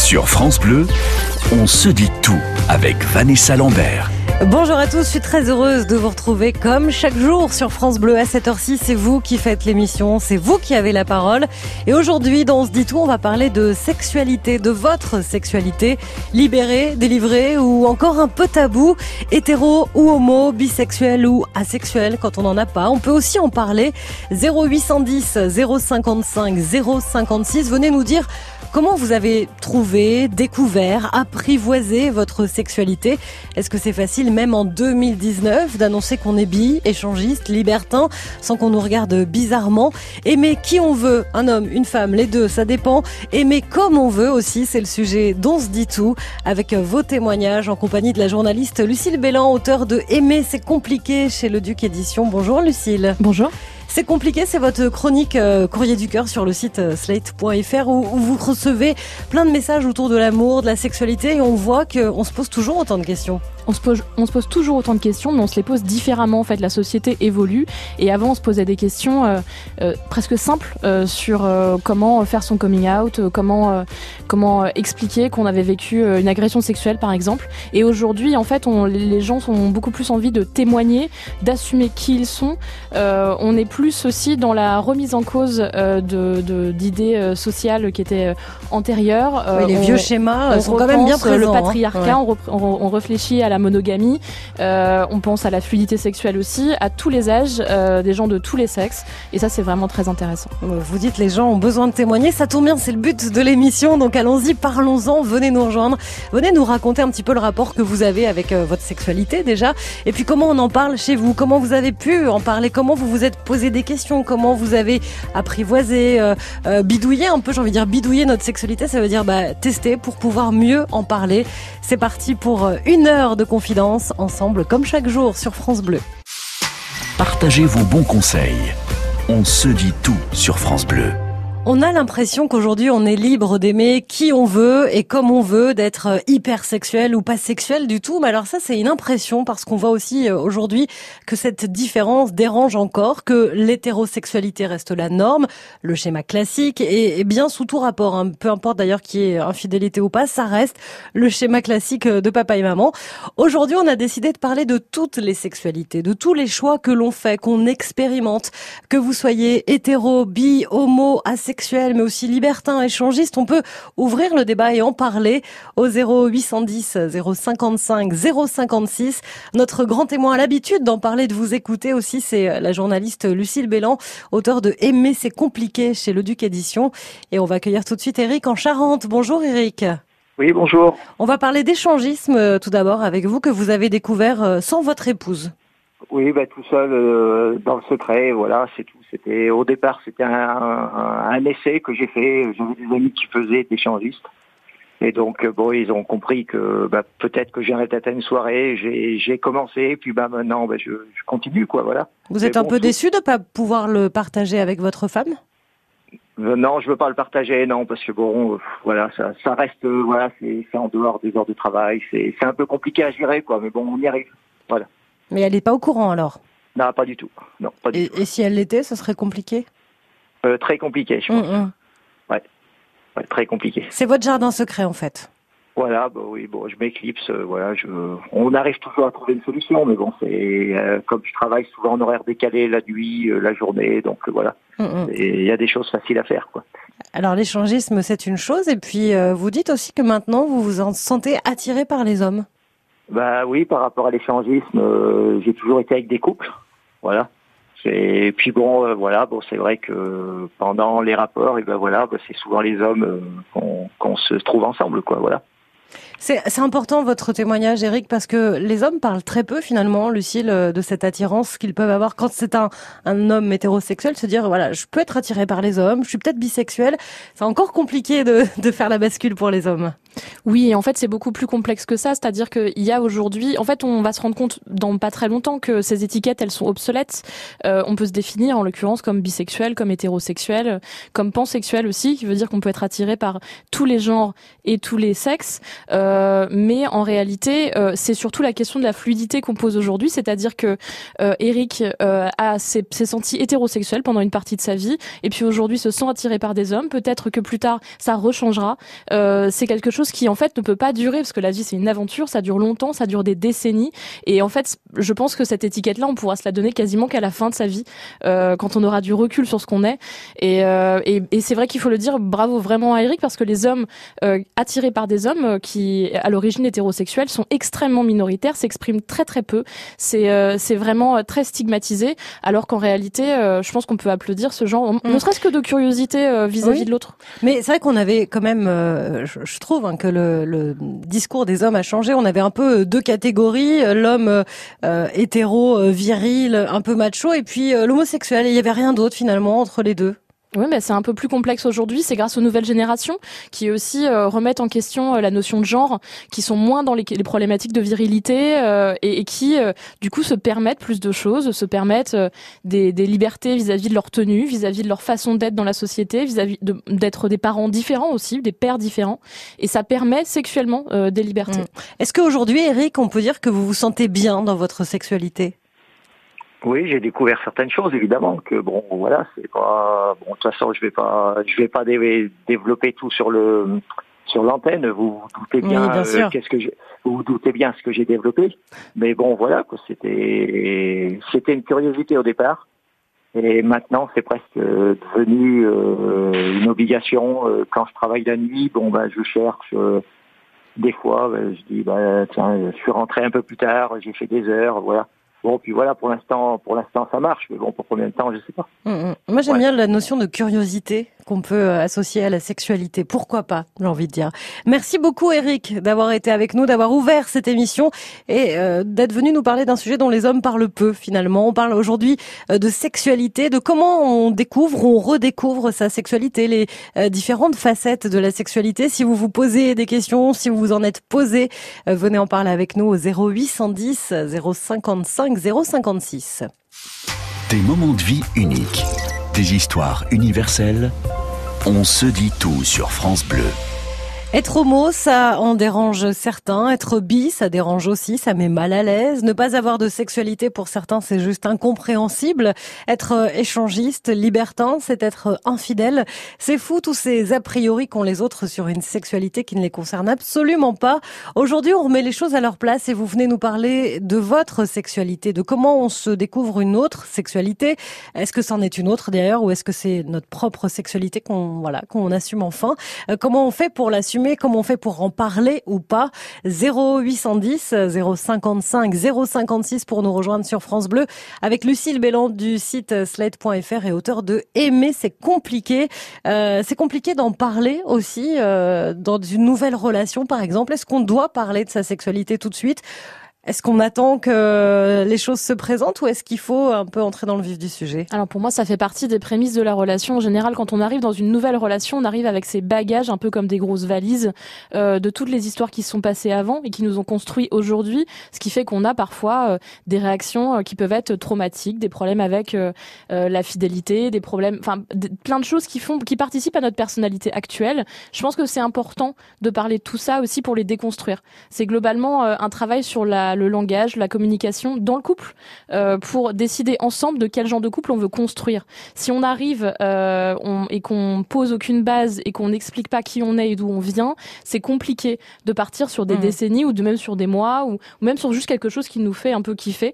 Sur France Bleu, on se dit tout avec Vanessa Lambert. Bonjour à tous, je suis très heureuse de vous retrouver comme chaque jour sur France Bleu à cette heure-ci. C'est vous qui faites l'émission, c'est vous qui avez la parole. Et aujourd'hui, dans On se dit tout, on va parler de sexualité, de votre sexualité, libérée, délivrée ou encore un peu tabou, hétéro ou homo, bisexuel ou asexuel quand on n'en a pas. On peut aussi en parler. 0810 055 056, venez nous dire comment vous avez trouvé, découvert, apprivoisé votre sexualité. Est-ce que c'est facile, même en 2019, d'annoncer qu'on est bi, échangiste, libertin, sans qu'on nous regarde bizarrement? Aimer qui on veut, un homme, une femme, les deux, ça dépend. Aimer comme on veut aussi, c'est le sujet dont se dit tout, avec vos témoignages en compagnie de la journaliste Lucille Bélan, auteure de Aimer c'est compliqué chez Le Duc Édition. Bonjour Lucille. Bonjour. C'est compliqué, c'est votre chronique Courrier du Cœur sur le site slate.fr où vous recevez plein de messages autour de l'amour, de la sexualité et on voit qu'on se pose toujours autant de questions. On se pose toujours autant de questions, mais on se les pose différemment. En fait, la société évolue et avant, on se posait des questions presque simples sur comment faire son coming out, comment expliquer qu'on avait vécu une agression sexuelle, par exemple. Et aujourd'hui, en fait, les gens ont beaucoup plus envie de témoigner, d'assumer qui ils sont. On est plus aussi dans la remise en cause d'idées sociales qui étaient antérieures. Oui, les vieux schémas sont quand même bien présents. Le patriarcat, ouais. on réfléchit à la monogamie, on pense à la fluidité sexuelle aussi, à tous les âges, des gens de tous les sexes, et ça c'est vraiment très intéressant. Vous dites les gens ont besoin de témoigner, ça tombe bien, c'est le but de l'émission, donc allons-y, parlons-en, venez nous rejoindre, venez nous raconter un petit peu le rapport que vous avez avec votre sexualité déjà, et puis comment on en parle chez vous, comment vous avez pu en parler, comment vous vous êtes posé des questions, comment vous avez apprivoisé, bidouillé un peu, j'ai envie de dire bidouiller notre sexualité, ça veut dire tester pour pouvoir mieux en parler. C'est parti pour une heure de confidence ensemble comme chaque jour sur France Bleu. Partagez vos bons conseils. On se dit tout sur France Bleu. On a l'impression qu'aujourd'hui on est libre d'aimer qui on veut et comme on veut, d'être hypersexuel ou pas sexuel du tout. Mais alors ça c'est une impression parce qu'on voit aussi aujourd'hui que cette différence dérange encore, que l'hétérosexualité reste la norme, le schéma classique et bien sous tout rapport, hein. Peu importe d'ailleurs qui est infidélité ou pas, ça reste le schéma classique de papa et maman. Aujourd'hui on a décidé de parler de toutes les sexualités, de tous les choix que l'on fait, qu'on expérimente, que vous soyez hétéro, bi, homo, asexuel, mais aussi libertin, échangiste, on peut ouvrir le débat et en parler au 0810 055 056. Notre grand témoin a l'habitude d'en parler, de vous écouter aussi, c'est la journaliste Lucille Bélan, auteure de Aimer c'est compliqué chez Le Duc Édition. Et on va accueillir tout de suite Eric en Charente. Bonjour Eric. Oui, bonjour. On va parler d'échangisme tout d'abord avec vous, que vous avez découvert sans votre épouse. Oui, tout seul, dans le secret, voilà, c'est tout. Au départ, c'était un essai que j'ai fait. J'avais des amis qui faisaient d'échangistes. Et donc, ils ont compris que peut-être que j'arrêtais à une soirée. J'ai commencé, puis maintenant, je continue, quoi, voilà. Vous êtes un peu déçu de ne pas pouvoir le partager avec votre femme ? Non, je veux pas le partager, non, parce que voilà, ça reste, voilà, c'est en dehors des heures de travail. C'est un peu compliqué à gérer, quoi, mais on y arrive, voilà. Mais elle n'est pas au courant alors ? Non, pas du tout. Non, pas du tout. Et si elle l'était, ce serait compliqué ? Très compliqué, je pense. Ouais, très compliqué. C'est votre jardin secret en fait. Voilà, je m'éclipse, on arrive toujours à trouver une solution, mais c'est comme je travaille souvent en horaire décalé la nuit, la journée, donc voilà. Il y a des choses faciles à faire, quoi. Alors l'échangisme, c'est une chose, et puis vous dites aussi que maintenant vous vous en sentez attiré par les hommes. Oui, par rapport à l'échangisme, j'ai toujours été avec des couples, voilà. Et puis c'est vrai que pendant les rapports, c'est souvent les hommes qu'on se trouve ensemble, quoi, voilà. C'est important votre témoignage, Eric, parce que les hommes parlent très peu finalement, Lucille, de cette attirance qu'ils peuvent avoir quand c'est un homme hétérosexuel, se dire voilà, je peux être attiré par les hommes, je suis peut-être bisexuel. C'est encore compliqué de faire la bascule pour les hommes. Oui, en fait, c'est beaucoup plus complexe que ça. C'est-à-dire qu'il y a aujourd'hui, en fait, on va se rendre compte dans pas très longtemps que ces étiquettes, elles sont obsolètes. On peut se définir, en l'occurrence, comme bisexuel, comme hétérosexuel, comme pansexuel aussi, qui veut dire qu'on peut être attiré par tous les genres et tous les sexes. Mais en réalité, c'est surtout la question de la fluidité qu'on pose aujourd'hui. C'est-à-dire que Eric s'est senti hétérosexuel pendant une partie de sa vie, et puis aujourd'hui se sent attiré par des hommes. Peut-être que plus tard, ça rechangera. C'est quelque chose qui en fait ne peut pas durer, parce que la vie c'est une aventure, ça dure longtemps, ça dure des décennies, et en fait je pense que cette étiquette là on pourra se la donner quasiment qu'à la fin de sa vie, quand on aura du recul sur ce qu'on est, et c'est vrai qu'il faut le dire, bravo vraiment à Eric, parce que les hommes attirés par des hommes qui à l'origine hétérosexuels sont extrêmement minoritaires, s'expriment très très peu, c'est vraiment très stigmatisé, alors qu'en réalité je pense qu'on peut applaudir ce genre, ne serait-ce que de curiosité vis-à-vis de l'autre. Mais c'est vrai qu'on avait quand même, je trouve que le discours des hommes a changé. On avait un peu deux catégories, l'homme hétéro, viril, un peu macho, et puis l'homosexuel. Et il y avait rien d'autre finalement entre les deux. Oui, mais c'est un peu plus complexe aujourd'hui. C'est grâce aux nouvelles générations qui aussi remettent en question la notion de genre, qui sont moins dans les problématiques de virilité et qui, du coup, se permettent plus de choses, se permettent des libertés vis-à-vis de leur tenue, vis-à-vis de leur façon d'être dans la société, vis-à-vis d'être des parents différents aussi, des pères différents. Et ça permet sexuellement des libertés. Est-ce qu'aujourd'hui, Eric, on peut dire que vous vous sentez bien dans votre sexualité ? Oui, j'ai découvert certaines choses, évidemment, que bon, voilà, c'est pas, bon, de toute façon, je vais pas développer tout sur l'antenne. Vous vous doutez bien, vous vous doutez bien ce que j'ai développé. Mais bon, voilà, quoi, c'était une curiosité au départ. Et maintenant, c'est presque devenu une obligation. Quand je travaille la nuit, bon, je cherche, des fois, je dis, tiens, je suis rentré un peu plus tard, j'ai fait des heures, voilà. Bon, puis voilà, pour l'instant, ça marche. Mais bon, pour combien de temps, je sais pas. Moi, j'aime bien la notion de curiosité qu'on peut associer à la sexualité. Pourquoi pas, j'ai envie de dire. Merci beaucoup, Eric, d'avoir été avec nous, d'avoir ouvert cette émission et d'être venu nous parler d'un sujet dont les hommes parlent peu, finalement. On parle aujourd'hui de sexualité, de comment on découvre, on redécouvre sa sexualité, les différentes facettes de la sexualité. Si vous vous posez des questions, si vous vous en êtes posé, venez en parler avec nous au 0810 055 056. Des moments de vie uniques, des histoires universelles. On se dit tout sur France Bleu. Être homo, ça en dérange certains. Être bi, ça dérange aussi, ça met mal à l'aise. Ne pas avoir de sexualité pour certains, c'est juste incompréhensible. Être échangiste, libertin, c'est être infidèle. C'est fou tous ces a priori qu'ont les autres sur une sexualité qui ne les concerne absolument pas. Aujourd'hui, on remet les choses à leur place et vous venez nous parler de votre sexualité, de comment on se découvre une autre sexualité. Est-ce que c'en est une autre d'ailleurs ou est-ce que c'est notre propre sexualité qu'on assume enfin? Comment on fait pour l'assumer? Comment on fait pour en parler ou pas? 0810 055 056 pour nous rejoindre sur France Bleu avec Lucille Béland du site slate.fr et auteur de Aimer, c'est compliqué. C'est compliqué d'en parler aussi dans une nouvelle relation par exemple. Est-ce qu'on doit parler de sa sexualité tout de suite? Est-ce qu'on attend que les choses se présentent ou est-ce qu'il faut un peu entrer dans le vif du sujet? Alors pour moi, ça fait partie des prémices de la relation. En général, quand on arrive dans une nouvelle relation, on arrive avec ses bagages un peu comme des grosses valises de toutes les histoires qui se sont passées avant et qui nous ont construits aujourd'hui, ce qui fait qu'on a parfois des réactions qui peuvent être traumatiques, des problèmes avec la fidélité, des problèmes, plein de choses qui participent à notre personnalité actuelle. Je pense que c'est important de parler de tout ça aussi pour les déconstruire. C'est globalement un travail sur le langage, la communication dans le couple pour décider ensemble de quel genre de couple on veut construire. Si on arrive et qu'on pose aucune base et qu'on n'explique pas qui on est et d'où on vient, c'est compliqué de partir sur des décennies ou même sur des mois ou même sur juste quelque chose qui nous fait un peu kiffer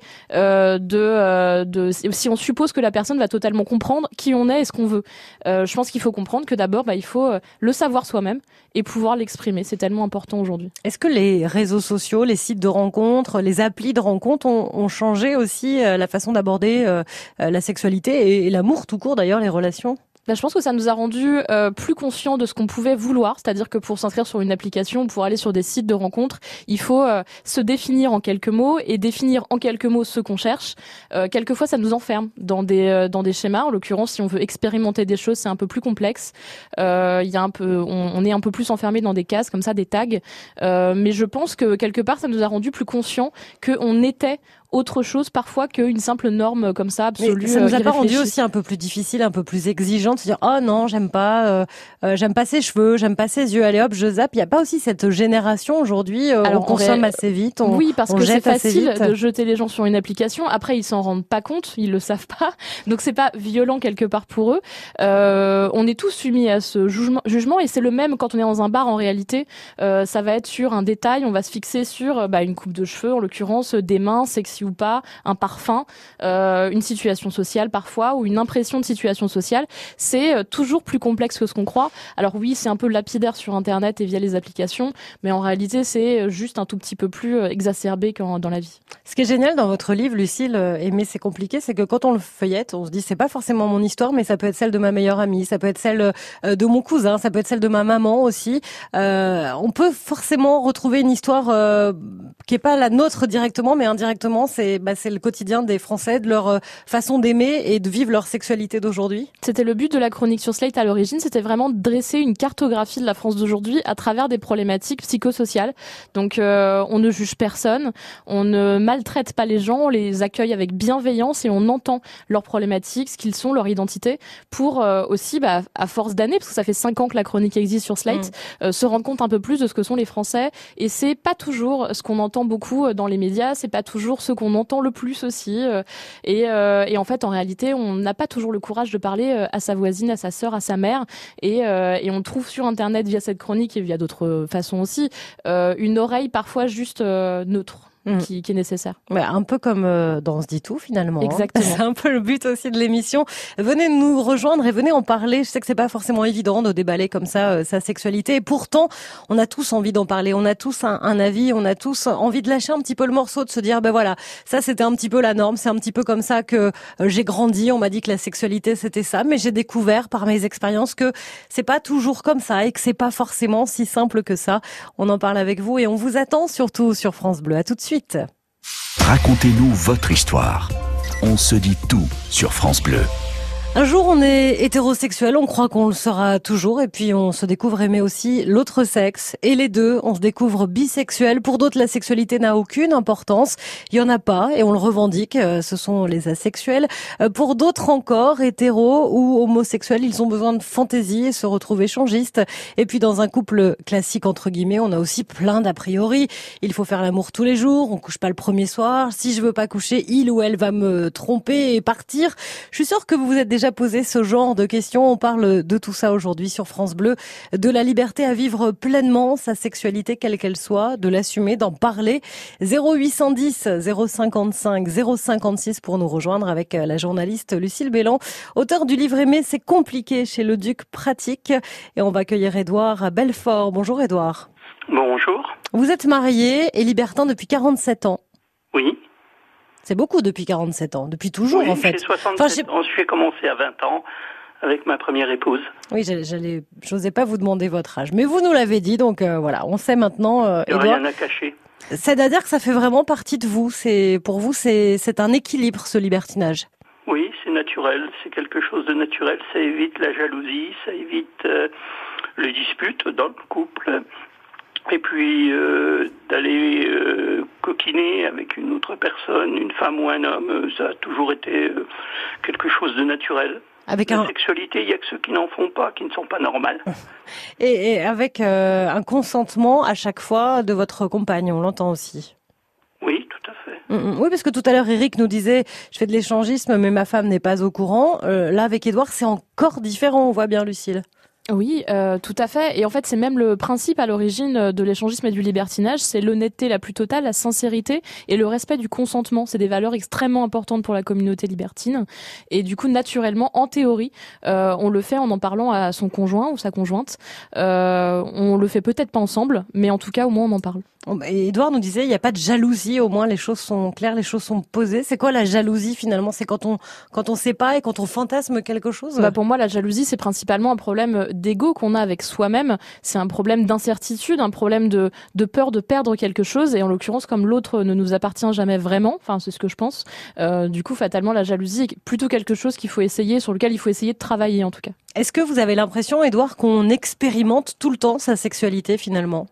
si on suppose que la personne va totalement comprendre qui on est et ce qu'on veut. Je pense qu'il faut comprendre que d'abord il faut le savoir soi-même et pouvoir l'exprimer. C'est tellement important aujourd'hui. Est-ce que les réseaux sociaux, les sites de rencontres, les applis de rencontres ont changé aussi la façon d'aborder la sexualité et l'amour tout court d'ailleurs, les relations? Je pense que ça nous a rendu plus conscients de ce qu'on pouvait vouloir, c'est-à-dire que pour s'inscrire sur une application, pour aller sur des sites de rencontres, il faut se définir en quelques mots et définir en quelques mots ce qu'on cherche. Quelquefois, ça nous enferme dans des schémas. En l'occurrence, si on veut expérimenter des choses, c'est un peu plus complexe. On est un peu plus enfermé dans des cases comme ça, des tags. Mais je pense que quelque part, ça nous a rendu plus conscients qu'on était autre chose parfois qu'une simple norme comme ça absolue. Mais ça nous a pas rendu aussi un peu plus difficile, un peu plus exigeant de se dire oh non j'aime pas ses cheveux, j'aime pas ses yeux, allez hop je zappe. Il y a pas aussi cette génération aujourd'hui on consomme assez vite, oui parce que c'est facile de jeter les gens sur une application. Après ils s'en rendent pas compte, ils le savent pas, donc c'est pas violent quelque part pour eux. On est tous soumis à ce jugement et c'est le même quand on est dans un bar en réalité. Ça va être sur un détail, on va se fixer sur une coupe de cheveux en l'occurrence, des mains sexy ou pas, un parfum, une situation sociale parfois ou une impression de situation sociale. C'est toujours plus complexe que ce qu'on croit. Alors oui, c'est un peu lapidaire sur Internet et via les applications, mais en réalité, c'est juste un tout petit peu plus exacerbé que dans la vie. Ce qui est génial dans votre livre, Lucille, Aimer c'est compliqué, c'est que quand on le feuillette, on se dit c'est pas forcément mon histoire, mais ça peut être celle de ma meilleure amie, ça peut être celle de mon cousin, ça peut être celle de ma maman aussi. On peut forcément retrouver une histoire qui est pas la nôtre directement, mais indirectement, c'est le quotidien des Français, de leur façon d'aimer et de vivre leur sexualité d'aujourd'hui. C'était le but de la chronique sur Slate à l'origine, c'était vraiment de dresser une cartographie de la France d'aujourd'hui à travers des problématiques psychosociales. Donc on ne juge personne, on ne maltraite pas les gens, on les accueille avec bienveillance et on entend leurs problématiques, ce qu'ils sont, leur identité, pour aussi, à force d'années, parce que ça fait 5 ans que la chronique existe sur Slate, se rendre compte un peu plus de ce que sont les Français. Et c'est pas toujours ce qu'on entend beaucoup dans les médias, c'est pas toujours ce qu'on entend le plus aussi. Et en fait, en réalité, on n'a pas toujours le courage de parler à sa voisine, à sa sœur, à sa mère. Et on trouve sur Internet, via cette chronique et via d'autres façons aussi, une oreille parfois juste neutre. Qui est nécessaire. Ouais, un peu comme dans On se dit tout finalement. Exactement. C'est un peu le but aussi de l'émission. Venez nous rejoindre et venez en parler. Je sais que c'est pas forcément évident de déballer comme ça sa sexualité et pourtant on a tous envie d'en parler. On a tous un avis, on a tous envie de lâcher un petit peu le morceau, de se dire voilà, ça c'était un petit peu la norme, c'est un petit peu comme ça que j'ai grandi. On m'a dit que la sexualité c'était ça, mais j'ai découvert par mes expériences que c'est pas toujours comme ça et que c'est pas forcément si simple que ça. On en parle avec vous et on vous attend surtout sur France Bleu. À tout de suite. Racontez-nous votre histoire. On se dit tout sur France Bleu. Un jour, on est hétérosexuel, on croit qu'on le sera toujours, et puis on se découvre aimer aussi l'autre sexe, et les deux, on se découvre bisexuel. Pour d'autres, la sexualité n'a aucune importance, il y en a pas, et on le revendique, ce sont les asexuels. Pour d'autres encore, hétéros ou homosexuels, ils ont besoin de fantaisie et se retrouvent échangistes. Et puis dans un couple classique, entre guillemets, on a aussi plein d'a priori. Il faut faire l'amour tous les jours, on couche pas le premier soir, si je veux pas coucher, il ou elle va me tromper et partir. Je suis sûre que vous vous êtes déjà posé ce genre de questions. On parle de tout ça aujourd'hui sur France Bleu, de la liberté à vivre pleinement sa sexualité quelle qu'elle soit, de l'assumer, d'en parler. 0810 055 056 pour nous rejoindre avec la journaliste Lucille Bélan, auteure du livre Aimer c'est compliqué chez Le Duc Pratique. Et on va accueillir Édouard à Belfort. Bonjour Édouard. Bonjour. Vous êtes marié et libertin depuis 47 ans. Oui. C'est beaucoup depuis 47 ans, depuis toujours en fait. J'ai 67 ans, j'ai commencé à 20 ans avec ma première épouse. Oui, j'osais pas vous demander votre âge, mais vous nous l'avez dit, donc voilà, on sait maintenant. Il n'y a rien à cacher. C'est-à-dire que ça fait vraiment partie de vous. Pour vous, c'est un équilibre ce libertinage. Oui, c'est naturel, c'est quelque chose de naturel. Ça évite la jalousie, ça évite les disputes dans le couple. Et puis d'aller coquiner avec une autre personne, une femme ou un homme, ça a toujours été quelque chose de naturel. Avec la sexualité, il y a que ceux qui n'en font pas, qui ne sont pas normales. Et avec un consentement à chaque fois de votre compagne, on l'entend aussi. Oui, tout à fait. Oui, parce que tout à l'heure, Eric nous disait, je fais de l'échangisme, mais ma femme n'est pas au courant. Là, avec Édouard, c'est encore différent, on voit bien, Lucille. Oui, tout à fait. Et en fait, c'est même le principe à l'origine de l'échangisme et du libertinage, c'est l'honnêteté la plus totale, la sincérité et le respect du consentement. C'est des valeurs extrêmement importantes pour la communauté libertine. Et du coup, naturellement, en théorie, on le fait en parlant à son conjoint ou sa conjointe. On le fait peut-être pas ensemble, mais en tout cas, au moins, on en parle. Et Édouard nous disait, il n'y a pas de jalousie, au moins les choses sont claires, les choses sont posées. C'est quoi la jalousie finalement? C'est quand on sait pas et quand on fantasme quelque chose? Pour moi, la jalousie, c'est principalement un problème d'ego qu'on a avec soi-même. C'est un problème d'incertitude, un problème de peur de perdre quelque chose. Et en l'occurrence, comme l'autre ne nous appartient jamais vraiment, enfin, c'est ce que je pense. Du coup, fatalement, la jalousie est plutôt quelque chose sur lequel il faut essayer de travailler, en tout cas. Est-ce que vous avez l'impression, Édouard, qu'on expérimente tout le temps sa sexualité finalement?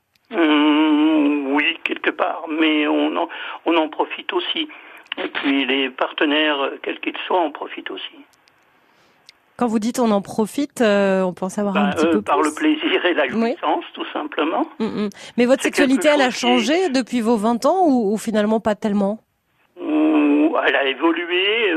Oui, quelque part, mais on en profite aussi. Et puis les partenaires, quels qu'ils soient, en profitent aussi. Quand vous dites on en profite, on peut en savoir un petit peu plus. Par le plaisir et la jouissance, tout simplement. Mais votre sexualité, elle a changé depuis vos 20 ans ou finalement pas tellement? Elle a évolué,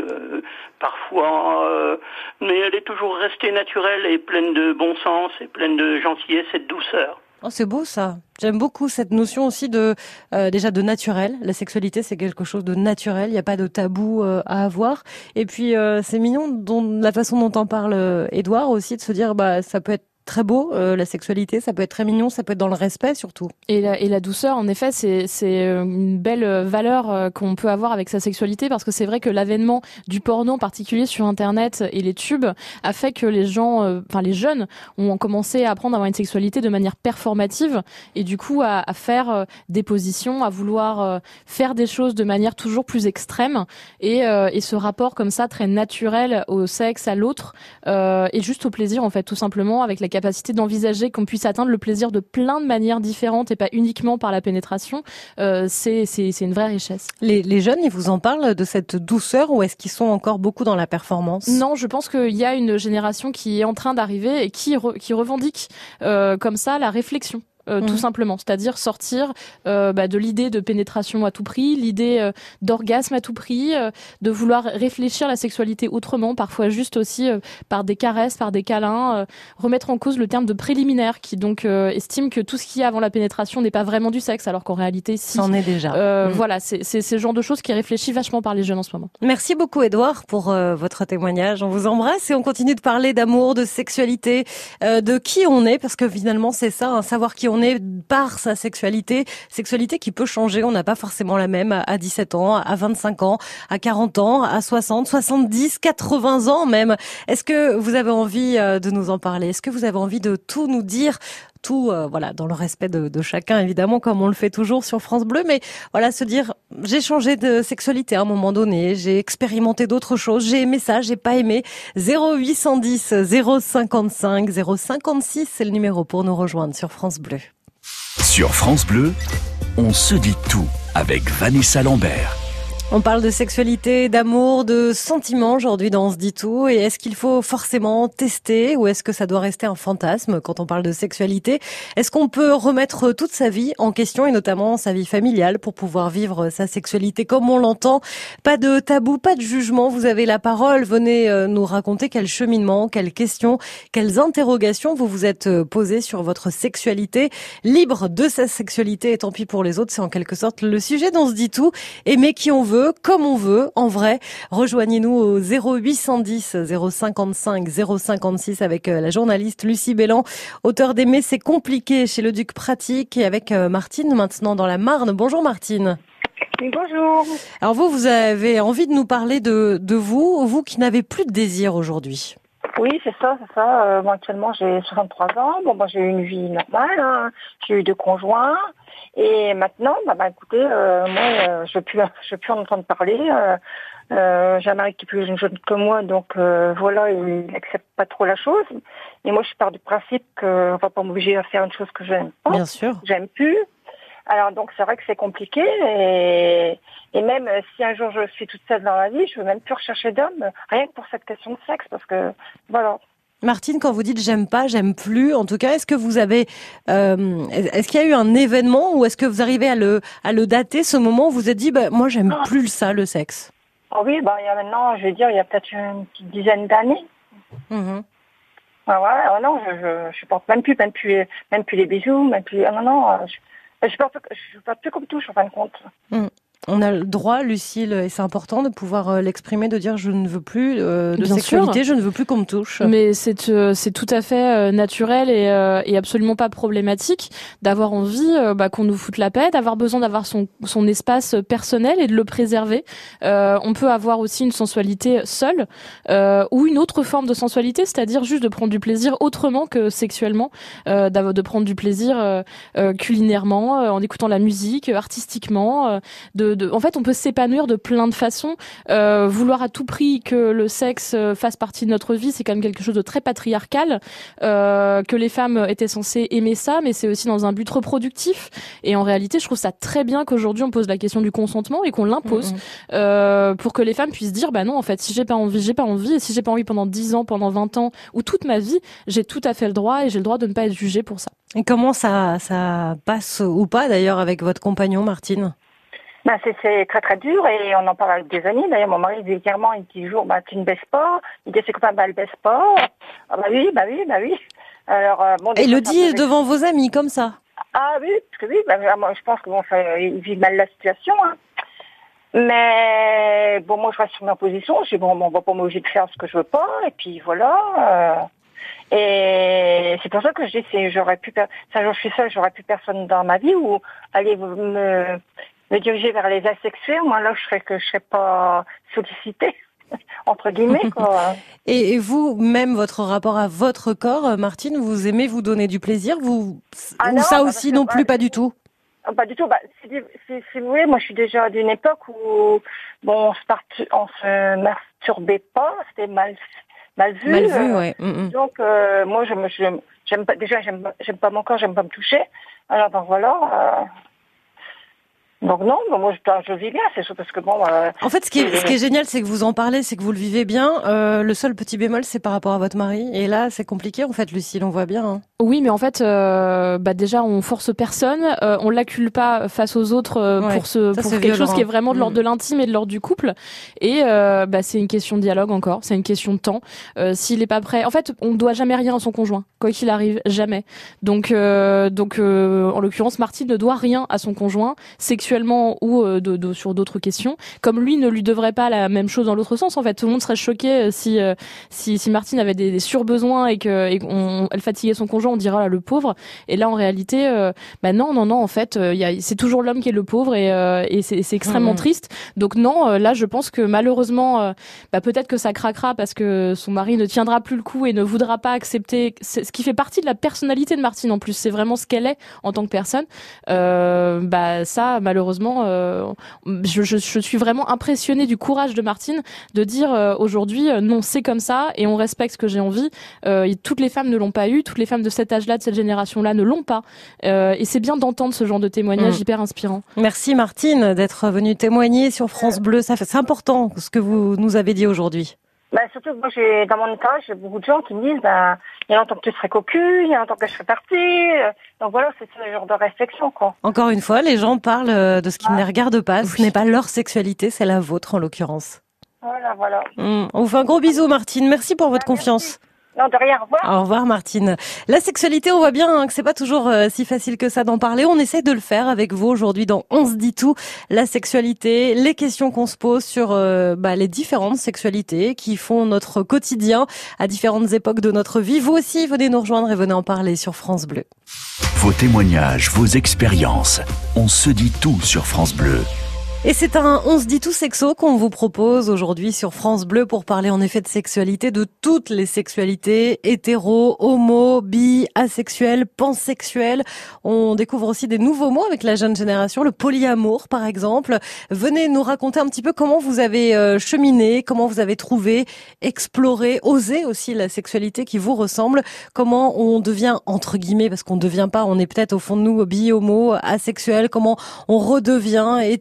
parfois, mais elle est toujours restée naturelle et pleine de bon sens et pleine de gentillesse et de douceur. Oh, c'est beau ça. J'aime beaucoup cette notion aussi déjà de naturel. La sexualité, c'est quelque chose de naturel. Il n'y a pas de tabou à avoir. Et puis c'est mignon la façon dont en parle Édouard aussi, de se dire ça peut être très beau, la sexualité, ça peut être très mignon, ça peut être dans le respect surtout. Et la douceur, en effet, c'est une belle valeur qu'on peut avoir avec sa sexualité, parce que c'est vrai que l'avènement du porno, en particulier sur Internet et les tubes, a fait que les gens, les jeunes, ont commencé à apprendre à avoir une sexualité de manière performative et du coup à faire des positions, à vouloir faire des choses de manière toujours plus extrême et ce rapport comme ça très naturel au sexe, à l'autre et juste au plaisir en fait, tout simplement, avec la capacité d'envisager qu'on puisse atteindre le plaisir de plein de manières différentes et pas uniquement par la pénétration, c'est une vraie richesse. Les jeunes, ils vous en parlent de cette douceur ou est-ce qu'ils sont encore beaucoup dans la performance? Non, je pense qu'il y a une génération qui est en train d'arriver et qui revendique comme ça la réflexion. Tout simplement, c'est-à-dire sortir de l'idée de pénétration à tout prix, l'idée d'orgasme à tout prix, de vouloir réfléchir la sexualité autrement, parfois juste aussi par des caresses, par des câlins, remettre en cause le terme de préliminaire qui donc estime que tout ce qu'il y a avant la pénétration n'est pas vraiment du sexe, alors qu'en réalité si. C'en est déjà. Voilà, c'est ce genre de choses qui est réfléchi vachement par les jeunes en ce moment. Merci beaucoup Édouard pour votre témoignage. On vous embrasse et on continue de parler d'amour, de sexualité, de qui on est, parce que finalement c'est ça, savoir qui on est par sa sexualité qui peut changer. On n'a pas forcément la même à 17 ans, à 25 ans, à 40 ans, à 60, 70, 80 ans même. Est-ce que vous avez envie de nous en parler? Est-ce que vous avez envie de tout nous dire? Tout, dans le respect de chacun, évidemment, comme on le fait toujours sur France Bleu. Mais voilà, se dire, j'ai changé de sexualité à un moment donné, j'ai expérimenté d'autres choses, j'ai aimé ça, j'ai pas aimé. 0810 055 056, c'est le numéro pour nous rejoindre sur France Bleu. Sur France Bleu, on se dit tout avec Vanessa Lambert. On parle de sexualité, d'amour, de sentiments aujourd'hui dans On se dit tout. Et est-ce qu'il faut forcément tester ou est-ce que ça doit rester un fantasme quand on parle de sexualité? Est-ce qu'on peut remettre toute sa vie en question et notamment sa vie familiale pour pouvoir vivre sa sexualité comme on l'entend? Pas de tabou, pas de jugement. Vous avez la parole. Venez nous raconter quel cheminement, quelles questions, quelles interrogations vous vous êtes posées sur votre sexualité. Libre de sa sexualité et tant pis pour les autres. C'est en quelque sorte le sujet d'On se dit tout. Aimer qui on veut, comme on veut, en vrai. Rejoignez-nous au 0810 055 056 avec la journaliste Lucie Bélan, auteure d'Aimer c'est compliqué chez Le Duc Pratique, et avec Martine maintenant dans la Marne. Bonjour Martine. Oui, bonjour. Alors vous avez envie de nous parler de vous qui n'avez plus de désir aujourd'hui. Oui, c'est ça. Moi, actuellement, j'ai 63 ans. Bon, j'ai eu une vie normale. Hein. J'ai eu 2 conjoints. Et maintenant, écoutez, moi, je veux plus en entendre parler. J'ai un mari qui est plus jeune que moi, donc voilà, il n'accepte pas trop la chose. Et moi, je pars du principe qu'on va pas m'obliger à faire une chose que j'aime pas. Bien sûr. J'aime plus. Alors donc c'est vrai que c'est compliqué et même si un jour je suis toute seule dans la vie, je veux même plus rechercher d'homme, rien que pour cette question de sexe, parce que voilà. Martine, quand vous dites j'aime pas, j'aime plus, en tout cas, est-ce que vous avez, est-ce qu'il y a eu un événement ou est-ce que vous arrivez à le dater, ce moment où vous vous êtes dit, moi j'aime plus ça, le sexe? Oh oui, il y a maintenant, je vais dire, il y a peut-être une petite dizaine d'années. Ah ouais, non, je supporte même plus les bisous, même plus. Ah non, je supporte plus comme touche en fin de compte. On a le droit, Lucille, et c'est important de pouvoir l'exprimer, de dire je ne veux plus de Bien sexualité, sûr. je ne veux plus qu'on me touche. Mais c'est tout à fait naturel et absolument pas problématique d'avoir envie qu'on nous foute la paix, d'avoir besoin d'avoir son espace personnel et de le préserver. On peut avoir aussi une sensualité seule ou une autre forme de sensualité, c'est-à-dire juste de prendre du plaisir autrement que sexuellement, de prendre du plaisir culinairement, en écoutant la musique, artistiquement. En fait, on peut s'épanouir de plein de façons. Vouloir à tout prix que le sexe fasse partie de notre vie, c'est quand même quelque chose de très patriarcal, que les femmes étaient censées aimer ça, mais c'est aussi dans un but reproductif. Et en réalité, je trouve ça très bien qu'aujourd'hui on pose la question du consentement et qu'on l'impose pour que les femmes puissent dire bah non, en fait, si j'ai pas envie, j'ai pas envie, et si j'ai pas envie pendant 10 ans, pendant 20 ans ou toute ma vie, j'ai tout à fait le droit et j'ai le droit de ne pas être jugée pour ça. Et comment ça passe ou pas d'ailleurs avec votre compagnon, Martine? Ben c'est très très dur et on en parle avec des amis. D'ailleurs, mon mari dit clairement, il dit toujours, tu ne baisses pas. Il dit à ses copains, elle baisse pas. Ah bah oui. Alors, Et le dit devant vos amis, comme ça? Ah oui, parce que oui, moi je pense que ils vivent mal la situation. Hein. Mais bon, moi je reste sur ma position. Je dis on va pas m'obliger de faire ce que je veux pas. Et puis voilà. Et c'est pour ça que je dis, si je suis seule, j'aurais plus personne dans ma vie ou aller me diriger vers les asexués, moi là je serais pas sollicitée entre guillemets quoi. Et vous, même votre rapport à votre corps, Martine, vous aimez vous donner du plaisir, ou ça aussi non plus, pas du tout? Pas du tout. Si vous voulez, moi je suis déjà d'une époque où on se masturbait pas, c'était mal vu. Mal vu, ouais. Donc moi j'aime pas mon corps, j'aime pas me toucher. Alors donc voilà. Donc non, moi je vis bien, c'est sûr parce que bon. En fait, ce qui est génial, c'est que vous en parlez, c'est que vous le vivez bien. Le seul petit bémol, c'est par rapport à votre mari. Et là, c'est compliqué, en fait, Lucille, on voit bien. Hein. Oui, mais en fait, déjà, on force personne, on l'accule pas face aux autres pour quelque chose qui est vraiment de l'ordre de l'intime et de l'ordre du couple. Et c'est une question de dialogue encore, c'est une question de temps. S'il est pas prêt, en fait, on doit jamais rien à son conjoint, quoi qu'il arrive, jamais. Donc, en l'occurrence, Martine ne doit rien à son conjoint, sexuellement ou sur d'autres questions. Comme lui ne lui devrait pas la même chose dans l'autre sens. En fait, tout le monde serait choqué si Martine avait des surbesoins et elle fatiguait son conjoint. On dira là, le pauvre. Et là, en réalité, non. En fait, c'est toujours l'homme qui est le pauvre et c'est extrêmement triste. Donc non, là, je pense que malheureusement, peut-être que ça craquera parce que son mari ne tiendra plus le coup et ne voudra pas accepter. Ce qui fait partie de la personnalité de Martine en plus. C'est vraiment ce qu'elle est en tant que personne. Ça, malheureusement, je suis vraiment impressionnée du courage de Martine de dire aujourd'hui non, c'est comme ça et on respecte ce que j'ai envie. Toutes les femmes ne l'ont pas eu, toutes les femmes de cet âge-là, de cette génération-là ne l'ont pas. Et c'est bien d'entendre ce genre de témoignage hyper inspirant. Merci Martine d'être venue témoigner sur France Bleu. C'est important ce que vous nous avez dit aujourd'hui. Surtout que moi, dans mon entourage, j'ai beaucoup de gens qui me disent, il y a longtemps que tu serais cocu, il y a longtemps que je serais partie. Donc voilà, c'est ce genre de réflexion, quoi. Encore une fois, les gens parlent de ce qui ne les regarde pas. Ce n'est pas leur sexualité, c'est la vôtre, en l'occurrence. Voilà. On vous fait un gros bisou, Martine. Merci pour votre confiance. Non, de rien, au revoir. Au revoir, Martine. La sexualité, on voit bien que c'est pas toujours si facile que ça d'en parler. On essaie de le faire avec vous aujourd'hui dans On se dit tout. La sexualité, les questions qu'on se pose sur les différentes sexualités qui font notre quotidien à différentes époques de notre vie. Vous aussi, venez nous rejoindre et venez en parler sur France Bleu. Vos témoignages, vos expériences. On se dit tout sur France Bleu. Et c'est un On se dit tout sexo qu'on vous propose aujourd'hui sur France Bleu pour parler en effet de sexualité, de toutes les sexualités, hétéro, homo, bi, asexuel, pansexuel. On découvre aussi des nouveaux mots avec la jeune génération, le polyamour par exemple. Venez nous raconter un petit peu comment vous avez cheminé, comment vous avez trouvé, exploré, osé aussi la sexualité qui vous ressemble, comment on devient entre guillemets, parce qu'on ne devient pas, on est peut-être au fond de nous bi, homo, asexuel, comment on redevient hétéro. Est-ce que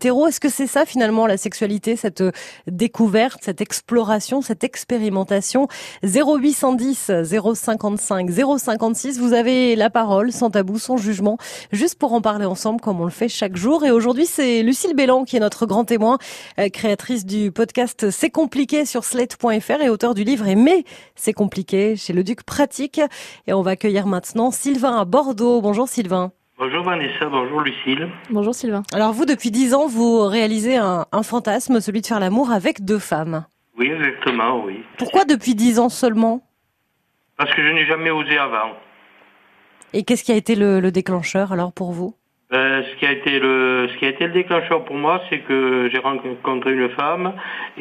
c'est ça finalement la sexualité, cette découverte, cette exploration, cette expérimentation? 0810 055 056, vous avez la parole, sans tabou, sans jugement, juste pour en parler ensemble comme on le fait chaque jour. Et aujourd'hui, c'est Lucille Bélan qui est notre grand témoin, créatrice du podcast C'est compliqué sur Slate.fr et auteur du livre Aimer, c'est compliqué chez Le Duc Pratique. Et on va accueillir maintenant Sylvain à Bordeaux. Bonjour Sylvain. Bonjour Vanessa, bonjour Lucille. Bonjour Sylvain. Alors vous, depuis 10 ans, vous réalisez un fantasme, celui de faire l'amour avec 2 femmes. Oui, exactement, oui. Pourquoi depuis 10 ans seulement? Parce que je n'ai jamais osé avant. Et qu'est-ce qui a été le déclencheur alors pour vous? Ce qui a été le déclencheur pour moi, c'est que j'ai rencontré une femme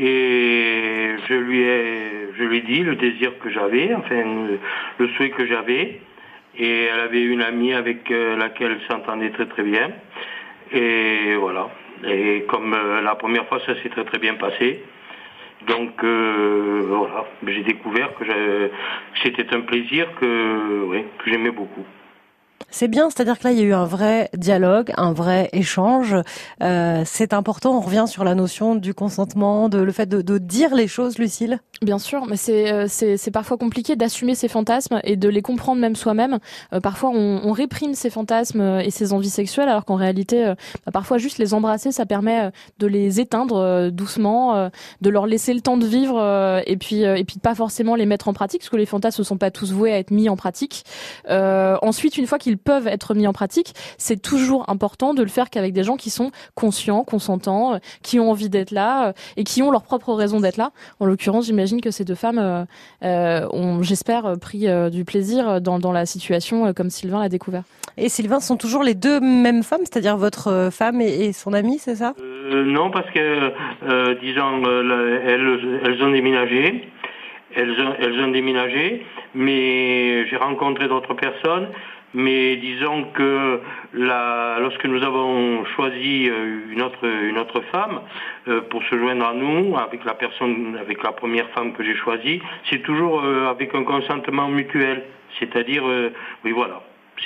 et je lui ai dit le désir que j'avais, enfin le souhait que j'avais. Et elle avait une amie avec laquelle elle s'entendait très très bien. Et voilà. Et comme la première fois, ça s'est très très bien passé. Donc voilà, j'ai découvert que c'était un plaisir que j'aimais beaucoup. C'est bien, c'est-à-dire que là, il y a eu un vrai dialogue, un vrai échange. C'est important, on revient sur la notion du consentement, le fait de dire les choses, Lucille. Bien sûr, mais c'est parfois compliqué d'assumer ses fantasmes et de les comprendre même soi-même. Parfois, on réprime ses fantasmes et ses envies sexuelles, alors qu'en réalité, parfois juste les embrasser, ça permet de les éteindre doucement, de leur laisser le temps de vivre et puis pas forcément les mettre en pratique, parce que les fantasmes ne sont pas tous voués à être mis en pratique. Ensuite, une fois qu'ils peuvent être mis en pratique, c'est toujours important de le faire qu'avec des gens qui sont conscients, consentants, qui ont envie d'être là et qui ont leur propre raison d'être là. En l'occurrence, j'imagine que ces 2 femmes ont, j'espère, pris du plaisir dans la situation comme Sylvain l'a découvert. Et Sylvain, sont toujours les 2 mêmes femmes, c'est-à-dire votre femme et son amie, c'est ça? Non, parce que, disons, elles ont déménagé. Elles ont déménagé, mais j'ai rencontré d'autres personnes. Mais disons que lorsque nous avons choisi une autre femme pour se joindre à nous, avec la première femme que j'ai choisie, c'est toujours avec un consentement mutuel. C'est-à-dire, oui voilà,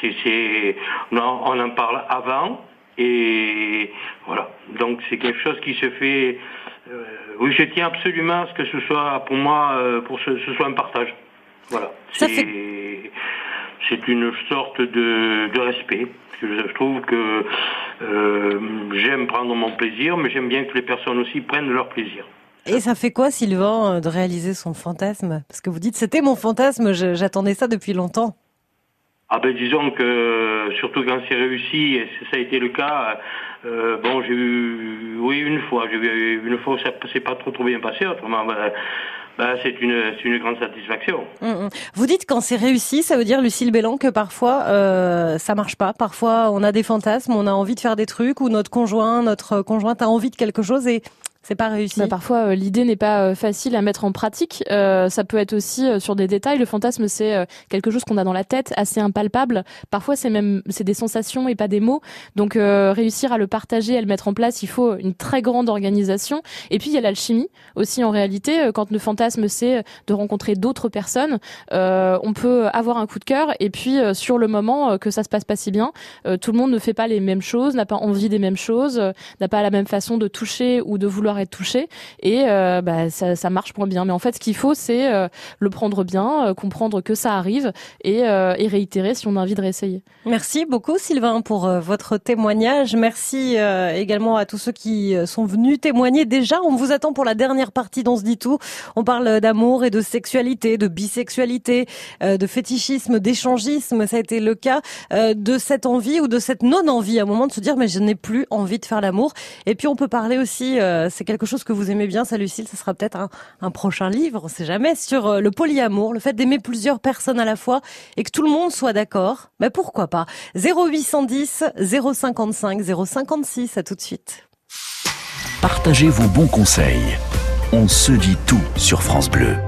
on en parle avant et voilà. Donc c'est quelque chose qui se fait. Oui, je tiens absolument à ce que ce soit pour moi, ce soit un partage. Voilà. C'est une sorte de respect. Je trouve que j'aime prendre mon plaisir, mais j'aime bien que les personnes aussi prennent leur plaisir. Et ça fait quoi, Sylvain, de réaliser son fantasme? Parce que vous dites, c'était mon fantasme, j'attendais ça depuis longtemps. Ah ben disons que, surtout quand c'est réussi, et ça a été le cas, j'ai eu, oui, une fois où ça s'est pas trop bien passé, autrement, c'est une grande satisfaction. Vous dites quand c'est réussi, ça veut dire, Lucille Bélan, que parfois ça marche pas. Parfois on a des fantasmes, on a envie de faire des trucs, ou notre conjointe a envie de quelque chose et c'est pas réussi. Parfois, l'idée n'est pas facile à mettre en pratique. Ça peut être aussi sur des détails. Le fantasme, c'est quelque chose qu'on a dans la tête, assez impalpable. Parfois, c'est des sensations et pas des mots. Donc, réussir à le partager, à le mettre en place, il faut une très grande organisation. Et puis, il y a l'alchimie aussi en réalité. Quand le fantasme, c'est de rencontrer d'autres personnes, on peut avoir un coup de cœur. Et puis, sur le moment que ça se passe pas si bien, tout le monde ne fait pas les mêmes choses, n'a pas envie des mêmes choses, n'a pas la même façon de toucher ou de vouloir être touché, et ça marche moins bien. Mais en fait, ce qu'il faut, c'est le prendre bien, comprendre que ça arrive et réitérer si on a envie de réessayer. Merci beaucoup Sylvain pour votre témoignage. Merci également à tous ceux qui sont venus témoigner. Déjà, on vous attend pour la dernière partie d'On se dit tout. On parle d'amour et de sexualité, de bisexualité, de fétichisme, d'échangisme. Ça a été le cas de cette envie ou de cette non-envie à un moment de se dire mais je n'ai plus envie de faire l'amour. Et puis on peut parler aussi, c'est quelque chose que vous aimez bien, ça Lucille, ce sera peut-être un prochain livre, on sait jamais, sur le polyamour, le fait d'aimer plusieurs personnes à la fois et que tout le monde soit d'accord. Mais pourquoi pas? 0810 055 056, à tout de suite. Partagez vos bons conseils. On se dit tout sur France Bleu.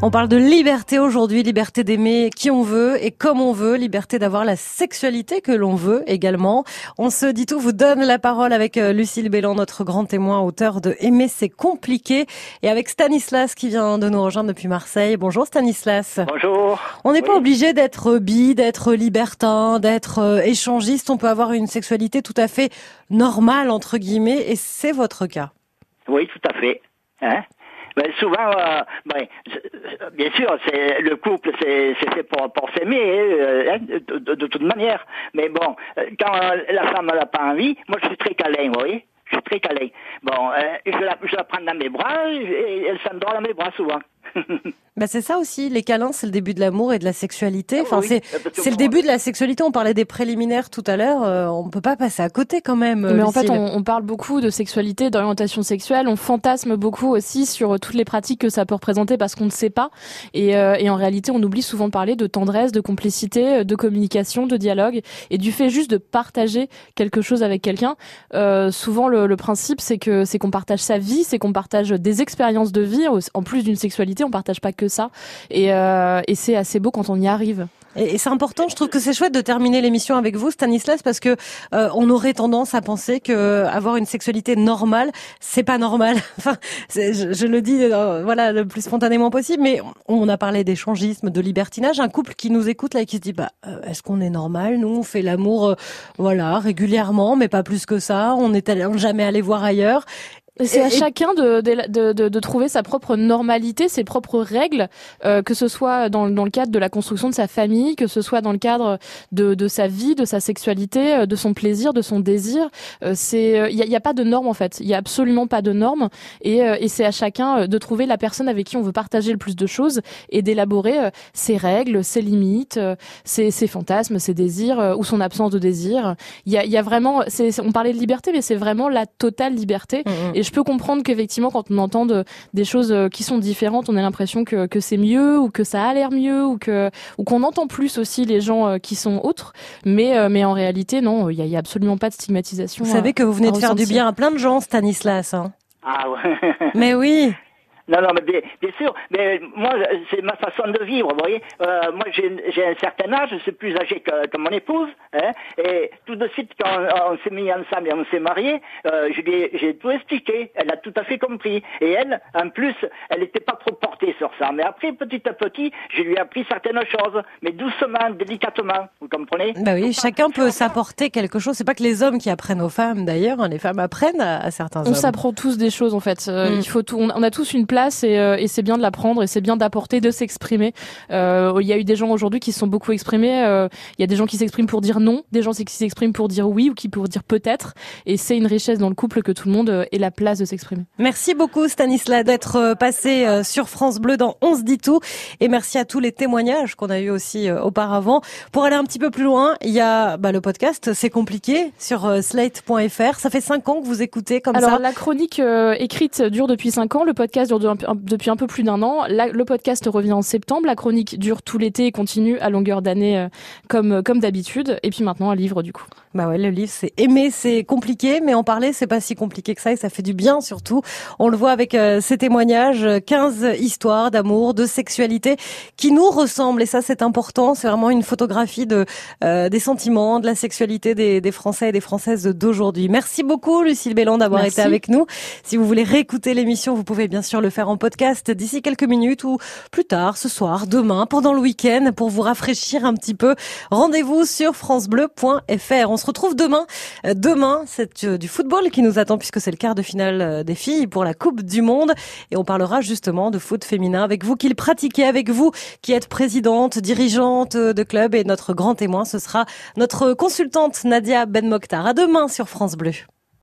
On parle de liberté aujourd'hui, liberté d'aimer qui on veut et comme on veut, liberté d'avoir la sexualité que l'on veut également. On se dit tout, vous donne la parole avec Lucille Béland, notre grand témoin, auteur de Aimer c'est compliqué, et avec Stanislas qui vient de nous rejoindre depuis Marseille. Bonjour Stanislas. Bonjour. On n'est pas obligé d'être bi, d'être libertin, d'être échangiste. On peut avoir une sexualité tout à fait normale entre guillemets, et c'est votre cas. Oui, tout à fait. Souvent, bien sûr, c'est le couple, c'est fait pour s'aimer, de toute manière. Mais bon, quand la femme n'a pas envie, moi je suis très câlin, vous voyez. Je suis très câlin. Bon, je la prends dans mes bras et elle s'endort dans mes bras souvent. C'est ça aussi, les câlins, c'est le début de l'amour et de la sexualité. Enfin, oui, c'est le début de la sexualité. On parlait des préliminaires tout à l'heure. On peut pas passer à côté quand même. Mais en fait, on parle beaucoup de sexualité, d'orientation sexuelle. On fantasme beaucoup aussi sur toutes les pratiques que ça peut représenter parce qu'on ne sait pas. Et en réalité, on oublie souvent de parler de tendresse, de complicité, de communication, de dialogue et du fait juste de partager quelque chose avec quelqu'un. Souvent, le principe, c'est qu'on partage sa vie, c'est qu'on partage des expériences de vie. En plus d'une sexualité, on partage pas que ça, et c'est assez beau quand on y arrive. Et c'est important, je trouve que c'est chouette de terminer l'émission avec vous, Stanislas, parce que on aurait tendance à penser que avoir une sexualité normale, c'est pas normal. Enfin, je le dis le plus spontanément possible, mais on a parlé d'échangisme, de libertinage, un couple qui nous écoute là et qui se dit est-ce qu'on est normal? Nous, on fait l'amour régulièrement, mais pas plus que ça. On n'est jamais allé voir ailleurs. C'est à chacun de trouver sa propre normalité, ses propres règles, que ce soit dans le cadre de la construction de sa famille, que ce soit dans le cadre de sa vie, de sa sexualité, de son plaisir, de son désir. Il y a pas de normes en fait. Il y a absolument pas de normes, et c'est à chacun de trouver la personne avec qui on veut partager le plus de choses et d'élaborer ses règles, ses limites, ses fantasmes, ses désirs ou son absence de désir. Il y a vraiment, on parlait de liberté, mais c'est vraiment la totale liberté. Et je peux comprendre qu'effectivement, quand on entend des choses qui sont différentes, on a l'impression que c'est mieux, ou que ça a l'air mieux, ou qu'on entend plus aussi les gens qui sont autres. Mais en réalité, non, il y a absolument pas de stigmatisation. Vous savez que vous venez de faire du bien à plein de gens, Stanislas. Ah ouais. Mais oui. Non, mais bien sûr, mais moi, c'est ma façon de vivre, vous voyez. Moi, j'ai un certain âge, je suis plus âgé que mon épouse, et tout de suite, quand on s'est mis ensemble et on s'est mariés, j'ai tout expliqué, elle a tout à fait compris. Et elle, en plus, elle n'était pas trop portée sur ça. Mais après, petit à petit, je lui ai appris certaines choses, mais doucement, délicatement, vous comprenez? Oui, chacun peut s'apporter quelque chose. C'est pas que les hommes qui apprennent aux femmes, d'ailleurs, les femmes apprennent à certains hommes. On s'apprend tous des choses, en fait. Il faut tout, on a tous une place, et c'est bien de l'apprendre, et c'est bien d'apporter, de s'exprimer. Il y a eu des gens aujourd'hui qui se sont beaucoup exprimés. Il y a des gens qui s'expriment pour dire non, des gens qui s'expriment pour dire oui, ou qui pour dire peut-être. Et c'est une richesse dans le couple que tout le monde ait la place de s'exprimer. Merci beaucoup Stanislas d'être passé sur France Bleu dans On se dit tout. Et merci à tous les témoignages qu'on a eu aussi auparavant. Pour aller un petit peu plus loin, il y a le podcast C'est compliqué sur slate.fr. Ça fait 5 ans que vous écoutez comme ça. Alors la chronique écrite dure depuis 5 ans, le podcast dure depuis un peu plus d'1 an. Le podcast revient en septembre, la chronique dure tout l'été et continue à longueur d'année comme d'habitude. Et puis maintenant un livre du coup. Le livre c'est Aimer c'est compliqué, mais en parler c'est pas si compliqué que ça, et ça fait du bien surtout. On le voit avec ces témoignages, 15 histoires d'amour, de sexualité qui nous ressemblent, et ça c'est important. C'est vraiment une photographie des sentiments, de la sexualité des Français et des Françaises d'aujourd'hui. Merci beaucoup Lucille Béland d'avoir été avec nous. Si vous voulez réécouter l'émission, vous pouvez bien sûr le faire en podcast d'ici quelques minutes, ou plus tard, ce soir, demain, pendant le week-end, pour vous rafraîchir un petit peu. Rendez-vous sur francebleu.fr. On se retrouve demain. Demain, c'est du football qui nous attend, puisque c'est le quart de finale des filles pour la Coupe du Monde. Et on parlera justement de foot féminin avec vous qui le pratiquez, avec vous qui êtes présidente, dirigeante de club, et notre grand témoin, ce sera notre consultante Nadia Ben Mokhtar. À demain sur France Bleu.